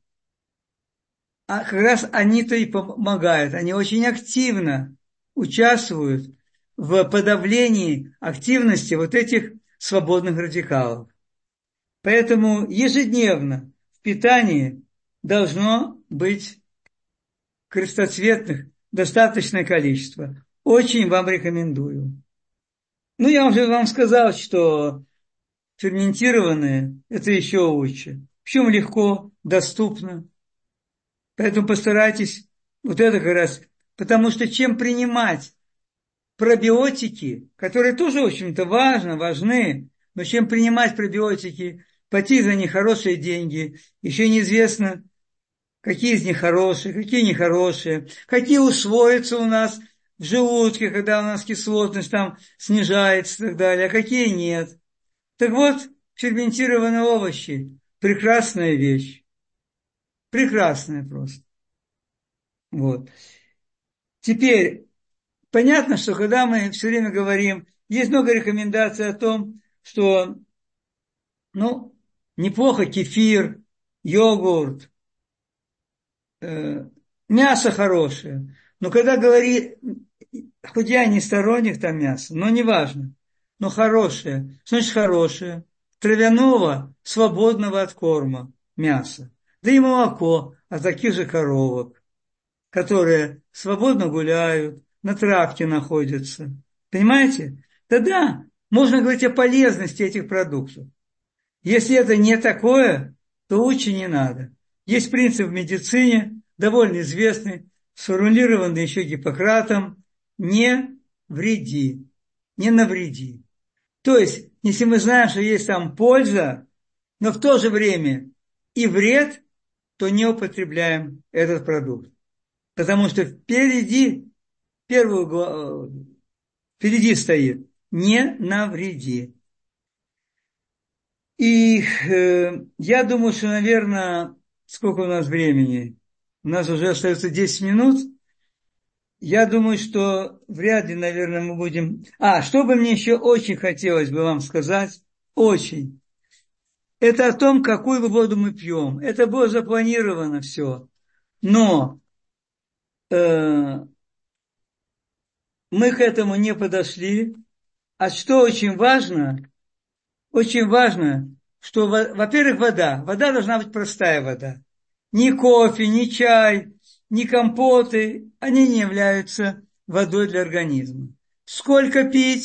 а как раз они-то и помогают. Они очень активно участвуют в подавлении активности вот этих свободных радикалов. Поэтому ежедневно в питании должно быть крестоцветных достаточное количество. Очень вам рекомендую. Ну, я уже вам сказал, что ферментированные – это еще лучше. Причем легко, доступно. Поэтому постарайтесь вот это как раз. Потому что чем принимать пробиотики, которые тоже, в общем-то, важно, важны, но чем принимать пробиотики, платить за них хорошие деньги, еще неизвестно, какие из них хорошие, какие нехорошие, какие усвоятся у нас в желудке, когда у нас кислотность там снижается и так далее, а какие нет. Так вот, ферментированные овощи – прекрасная вещь. Прекрасная просто. Вот. Теперь, понятно, что когда мы все время говорим, есть много рекомендаций о том, что, ну, неплохо кефир, йогурт, э, мясо хорошее. Но когда говорит, хоть я не сторонник там мяса, но неважно, но хорошее, что значит хорошее? Травяного, свободного от корма мяса. Да и молоко от таких же коровок, которые свободно гуляют, на травке находятся. Понимаете? Да-да, можно говорить о полезности этих продуктов. Если это не такое, то лучше не надо. Есть принцип в медицине, довольно известный, сформулированный еще Гиппократом: не вреди, не навреди. То есть, если мы знаем, что есть там польза, но в то же время и вред, то не употребляем этот продукт. Потому что впереди, первую, впереди стоит не навреди. И э, я думаю, что, наверное, сколько у нас времени? У нас уже остается десять минут. Я думаю, что вряд ли, наверное, мы будем... А, что бы мне еще очень хотелось бы вам сказать, очень, это о том, какую воду мы пьем. Это было запланировано все. Но э, мы к этому не подошли. А что очень важно, очень важно, что, во-первых, вода. Вода должна быть простая вода. Ни кофе, ни чай, ни компоты, они не являются водой для организма. Сколько пить?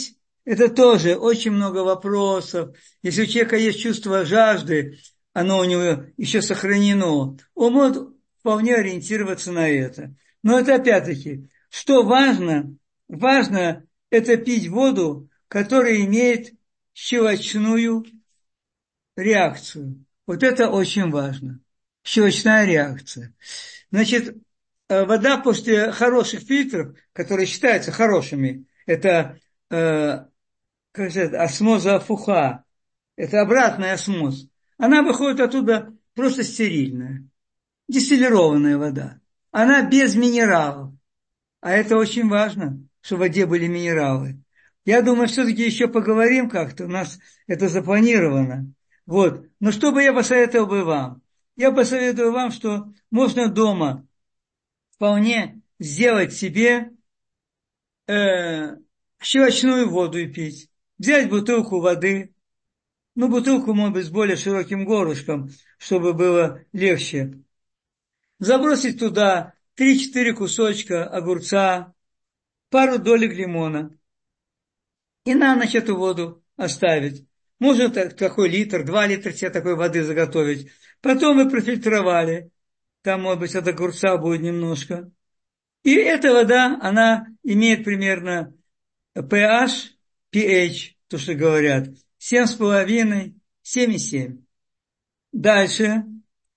это тоже очень много вопросов. Если у человека есть чувство жажды, оно у него еще сохранено, он может вполне ориентироваться на это. Но это опять-таки, что важно? Важно это пить воду, которая имеет щелочную реакцию. Вот это очень важно. Щелочная реакция. Значит, вода после хороших фильтров, которые считаются хорошими, это, э, как сказать, осмоза фуха, это обратный осмоз, она выходит оттуда просто стерильная, дистиллированная вода. Она без минералов. А это очень важно, чтобы в воде были минералы. Я думаю, все-таки еще поговорим как-то, у нас это запланировано. Вот. Но что бы я посоветовал бы вам? Я посоветую вам, что можно дома вполне сделать себе э, щелочную воду и пить. Взять бутылку воды, ну, бутылку, может быть, с более широким горлышком, чтобы было легче. Забросить туда три-четыре кусочка огурца, пару долек лимона. И на ночь эту воду оставить. Можно такой литр, два литра себе такой воды заготовить. Потом вы профильтровали. Там, может быть, от огурца будет немножко. И эта вода, она имеет примерно pH, pH, то, что говорят, семь с половиной, семь и семь. Дальше.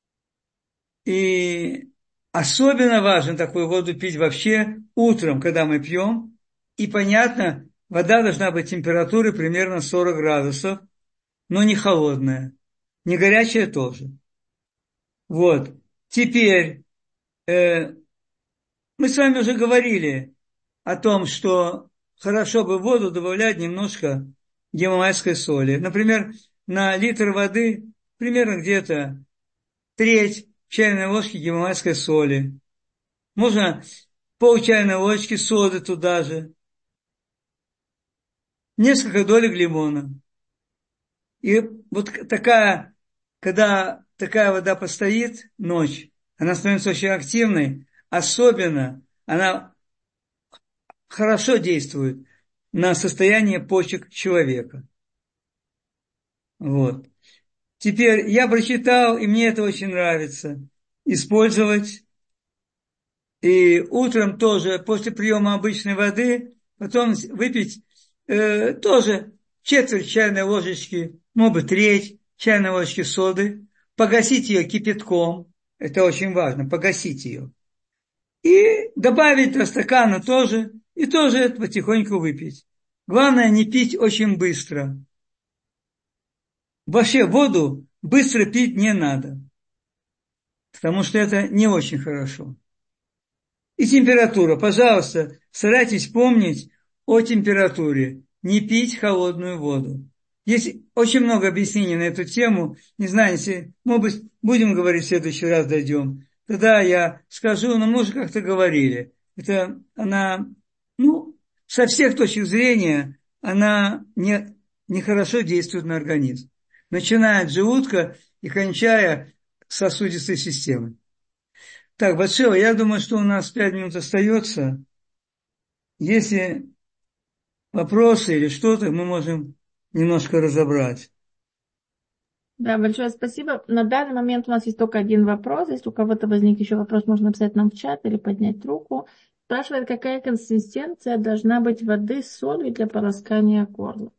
И особенно важно такую воду пить вообще утром, когда мы пьем. И понятно, вода должна быть температуры примерно сорок градусов, но не холодная, не горячая тоже. Вот. Теперь э, мы с вами уже говорили о том, что хорошо бы в воду добавлять немножко гималайской соли. Например, на литр воды примерно где-то треть чайной ложки гималайской соли. Можно пол чайной ложки соды туда же. Несколько долек лимона. И вот такая, когда такая вода постоит ночь, она становится очень активной, особенно она хорошо действует на состояние почек человека. Вот. Теперь я прочитал, и мне это очень нравится, использовать. И утром тоже, после приема обычной воды, потом выпить э, тоже четверть чайной ложечки, может быть, треть чайной ложечки соды, погасить ее кипятком, это очень важно, погасить ее. И добавить до стакана тоже, и тоже это потихоньку выпить. Главное, не пить очень быстро. Вообще воду быстро пить не надо, потому что это не очень хорошо. И температура. Пожалуйста, старайтесь помнить о температуре. Не пить холодную воду. Есть очень много объяснений на эту тему. Не знаю, если, может быть, будем говорить в следующий раз, дойдем. Тогда я скажу, но мы уже как-то говорили. Это она, ну, со всех точек зрения, она не, нехорошо действует на организм. Начиная от желудка и кончая сосудистой системой. Так, Батшева, я думаю, что у нас пять минут остается. Если вопросы или что-то, мы можем немножко разобрать. Да, большое спасибо. На данный момент у нас есть только один вопрос. Если у кого-то возник еще вопрос, можно написать нам в чат или поднять руку. Спрашивает, какая консистенция должна быть воды с солью для полоскания горла?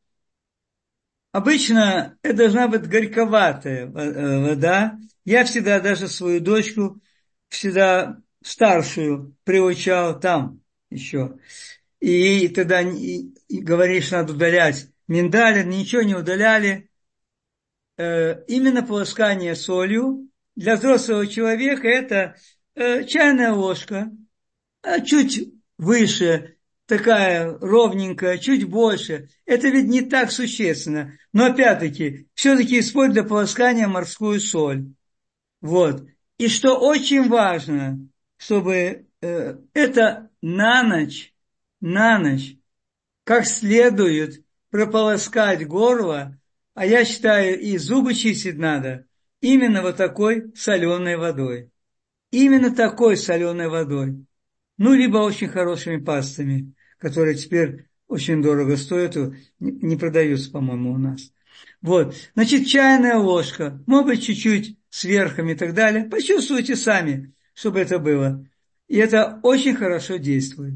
Обычно это должна быть горьковатая вода. Я всегда даже свою дочку, всегда старшую, приучал там еще. И тогда и, и говоришь, надо удалять миндаль, ничего не удаляли. Э, именно полоскание солью для взрослого человека это э, чайная ложка, а чуть выше, такая ровненькая, чуть больше. Это ведь не так существенно. Но опять-таки, все-таки используй для полоскания морскую соль. Вот. И что очень важно, чтобы э, это на ночь, на ночь, как следует прополоскать горло, а я считаю, и зубы чистить надо, именно вот такой соленой водой. Именно такой соленой водой. Ну, либо очень хорошими пастами, которые теперь очень дорого стоят, не продаются, по-моему, у нас. Вот, значит, чайная ложка, может быть, чуть-чуть с верхом и так далее. Почувствуйте сами, чтобы это было. И это очень хорошо действует.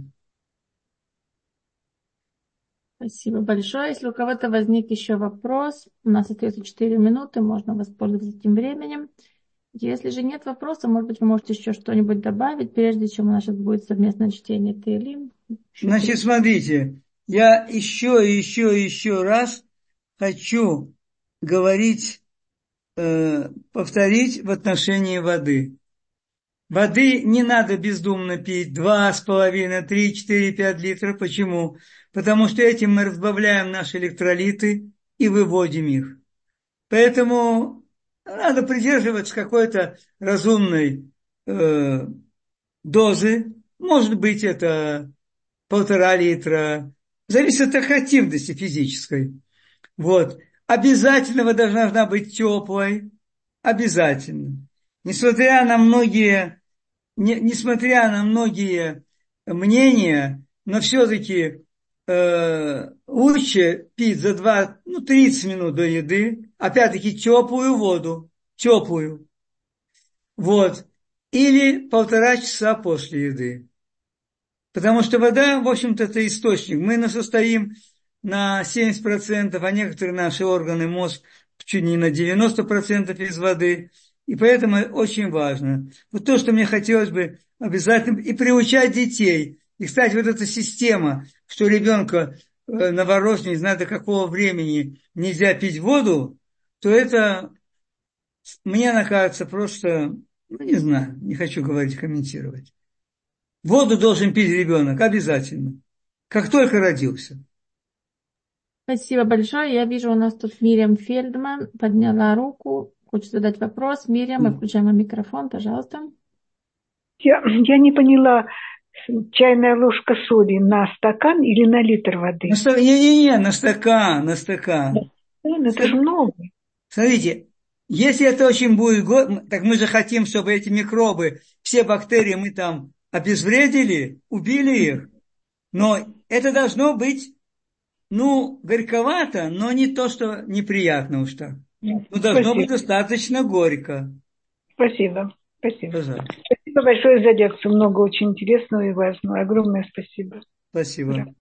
Спасибо большое. Если у кого-то возник еще вопрос, у нас остается четыре минуты, можно воспользоваться этим временем. Если же нет вопроса, может быть, вы можете еще что-нибудь добавить, прежде чем у нас сейчас будет совместное чтение Теилим. Значит, смотрите, я еще и еще и еще раз хочу говорить, э, повторить в отношении воды. Воды не надо бездумно пить два с половиной, три, четыре, пять литров. Почему? Потому что этим мы разбавляем наши электролиты и выводим их. Поэтому надо придерживаться какой-то разумной э, дозы. Может быть, это полтора литра. Зависит от активности физической. Вот. Обязательно вода должна быть теплой. Обязательно. Несмотря на многие, не, несмотря на многие мнения, но все-таки э, лучше пить за два, ну, тридцать минут до еды, опять-таки теплую воду, теплую. Вот. Или полтора часа после еды. Потому что вода, в общем-то, это источник. Мы на состоим на семьдесят процентов, а некоторые наши органы, мозг, чуть не на девяносто процентов из воды. И поэтому очень важно. Вот то, что мне хотелось бы обязательно, и приучать детей. И, кстати, вот эта система, что ребенка новорожденного, не знаю до какого времени, нельзя пить воду, то это, мне кажется, просто, ну, не знаю, не хочу говорить, комментировать. Воду должен пить ребенок обязательно, как только родился. Спасибо большое. Я вижу, у нас тут Мириам Фельдман подняла руку. Хочет задать вопрос. Мириам, мы включаем микрофон, пожалуйста. Я, я не поняла, чайная ложка соли на стакан или на литр воды? Не-не-не, на стакан, на стакан. Да, это же много. Смотрите, если это очень будет, так мы же хотим, чтобы эти микробы, все бактерии мы там обезвредили, убили их. Но это должно быть, ну, горьковато, но не то, что неприятно уж так. Ну, должно Спасибо. Быть достаточно горько. Спасибо. Спасибо. Пожалуйста. Спасибо большое за лекцию. Много очень интересного и важного. Огромное спасибо. Спасибо.